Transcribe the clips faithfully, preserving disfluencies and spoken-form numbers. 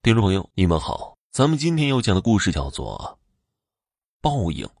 听众朋友，你们好，咱们今天要讲的故事叫做报应。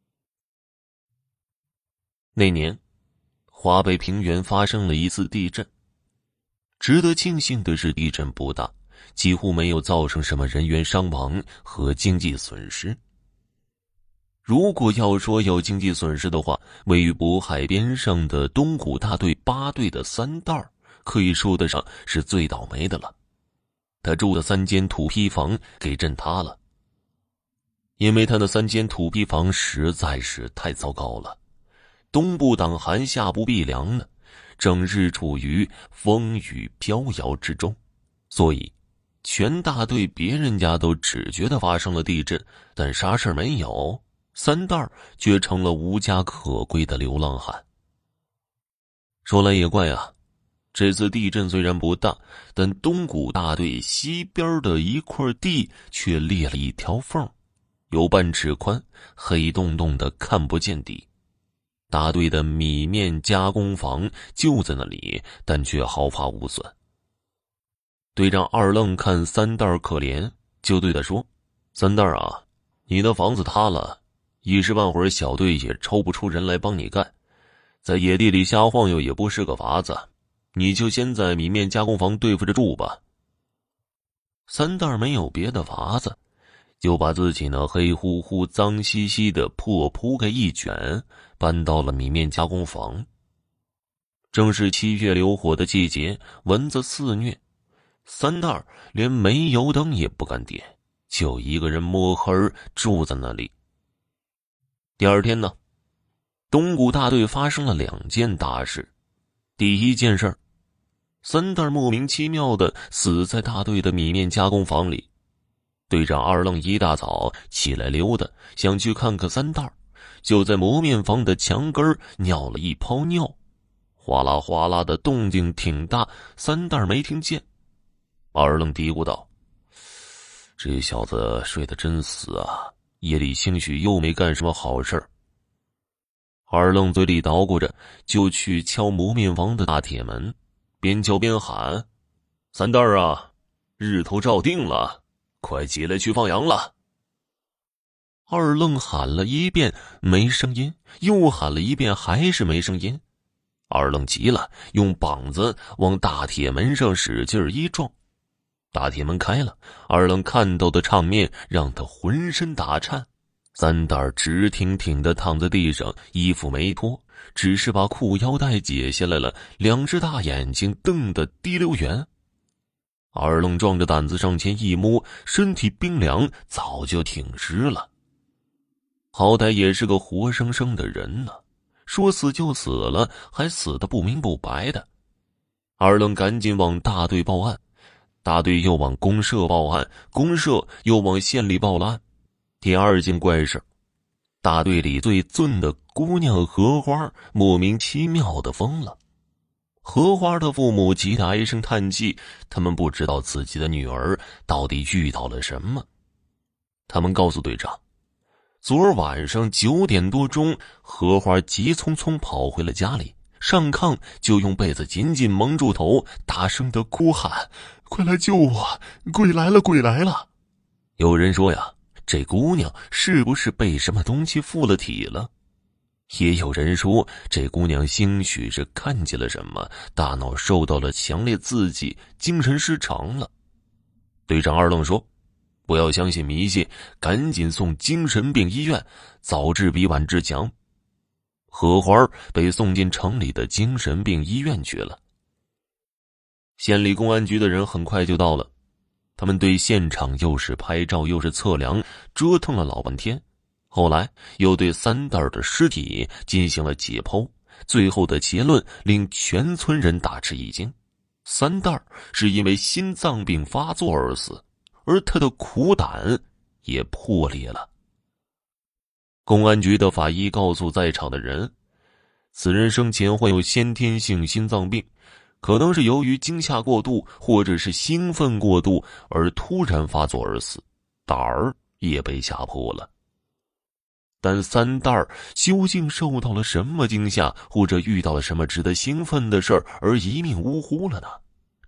那年，华北平原发生了一次地震。值得庆幸的是，地震不大，几乎没有造成什么人员伤亡和经济损失。如果要说有经济损失的话，位于渤海边上的东谷大队八队的三蛋儿可以说得上是最倒霉的了。他住的三间土坯房给震塌了，因为他的三间土坯房实在是太糟糕了，东不挡寒，夏不避凉的，整日处于风雨飘摇之中，所以全大队别人家都只觉得发生了地震，但啥事没有，三蛋儿却成了无家可归的流浪汉。说来也怪啊，这次地震虽然不大，但东谷大队西边的一块地却裂了一条缝，有半尺宽，黑洞洞的看不见底。大队的米面加工房就在那里，但却毫发无损。队长二愣看三蛋儿可怜，就对他说：三蛋儿啊，你的房子塌了，一时半会儿小队也抽不出人来帮你干，在野地里瞎晃悠也不是个法子，你就先在米面加工房对付着住吧。三蛋儿没有别的法子，就把自己那黑乎乎脏兮兮的破铺盖一卷，搬到了米面加工房。正是七月流火的季节，蚊子肆虐，三蛋儿连煤油灯也不敢点，就一个人摸黑住在那里。第二天呢，东谷大队发生了两件大事。第一件事，三蛋儿莫名其妙的死在大队的米面加工房里。队长二愣一大早起来溜达，想去看看三蛋儿，就在磨面房的墙根尿了一泡尿，哗啦哗啦的动静挺大，三蛋儿没听见。二愣嘀咕道：这小子睡得真死啊，夜里兴许又没干什么好事儿。二愣嘴里捣鼓着，就去敲磨面房的大铁门，边敲边喊：三蛋儿啊，日头照定了，快起来去放羊了。二愣喊了一遍没声音，又喊了一遍还是没声音。二愣急了，用膀子往大铁门上使劲一撞，大铁门开了。二愣看到的场面让他浑身打颤。三蛋儿直挺挺地躺在地上，衣服没脱，只是把裤腰带解下来了，两只大眼睛瞪得滴溜圆。二愣壮着胆子上前一摸，身体冰凉，早就挺尸了。好歹也是个活生生的人呢，说死就死了，还死得不明不白的。二愣赶紧往大队报案，大队又往公社报案，公社又往县里报了案。第二件怪事，大队里最俊的姑娘荷花莫名其妙的疯了。荷花的父母急得唉声叹气，他们不知道自己的女儿到底遇到了什么。他们告诉队长，昨儿晚上九点多钟，荷花急匆匆跑回了家里，上炕就用被子紧紧蒙住头，大声的哭喊：快来救我，鬼来了，鬼来了。有人说呀，这姑娘是不是被什么东西附了体了？也有人说，这姑娘兴许是看见了什么，大脑受到了强烈刺激，精神失常了。队长二愣说，不要相信迷信，赶紧送精神病医院，早治比晚治强。荷花被送进城里的精神病医院去了。县里公安局的人很快就到了，他们对现场又是拍照又是测量，折腾了老半天。后来又对三蛋儿的尸体进行了解剖，最后的结论令全村人大吃一惊：三蛋儿是因为心脏病发作而死，而他的苦胆也破裂了。公安局的法医告诉在场的人，此人生前患有先天性心脏病，可能是由于惊吓过度或者是兴奋过度而突然发作而死，胆儿也被吓破了。但三蛋儿究竟受到了什么惊吓，或者遇到了什么值得兴奋的事儿而一命呜呼了呢？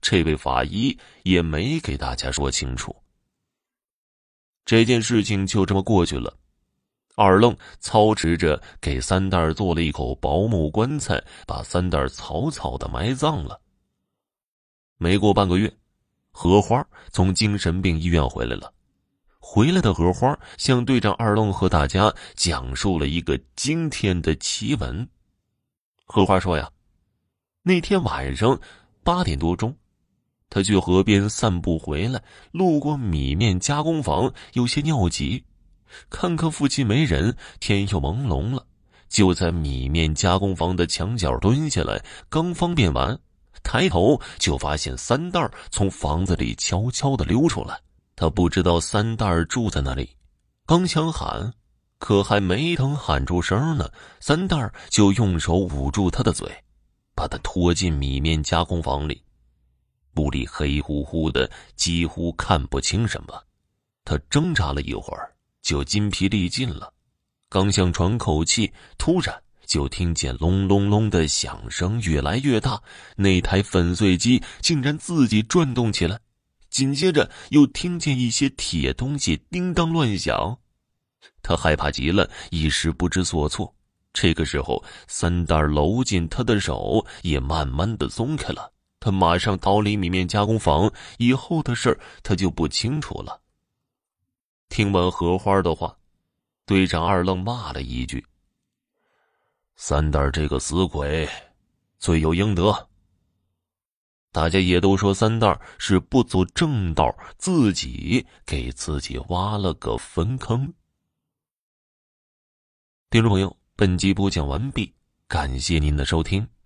这位法医也没给大家说清楚。这件事情就这么过去了。二愣操持着给三蛋儿做了一口薄木棺材，把三蛋儿草草的埋葬了。没过半个月，荷花从精神病医院回来了。回来的荷花向队长二愣和大家讲述了一个惊天的奇闻。荷花说呀，那天晚上八点多钟，他去河边散步回来，路过米面加工房，有些尿急，看看附近没人，天又朦胧了，就在米面加工房的墙角蹲下来，刚方便完，抬头就发现三蛋儿从房子里悄悄地溜出来。他不知道三蛋儿住在那里，刚想喊，可还没等喊出声呢，三蛋儿就用手捂住他的嘴，把他拖进米面加工房里。屋里黑乎乎的，几乎看不清什么。他挣扎了一会儿，就筋疲力尽了，刚想喘口气，突然就听见隆隆隆的响声越来越大，那台粉碎机竟然自己转动起来，紧接着又听见一些铁东西叮当乱响。他害怕极了，一时不知所措。这个时候，三蛋儿搂紧他的手也慢慢的松开了。他马上逃离米面加工房，以后的事他就不清楚了。听完荷花的话，队长二愣骂了一句：“三蛋儿这个死鬼，罪有应得。”大家也都说三蛋儿是不走正道，自己给自己挖了个坟坑。听众朋友，本集播讲完毕，感谢您的收听。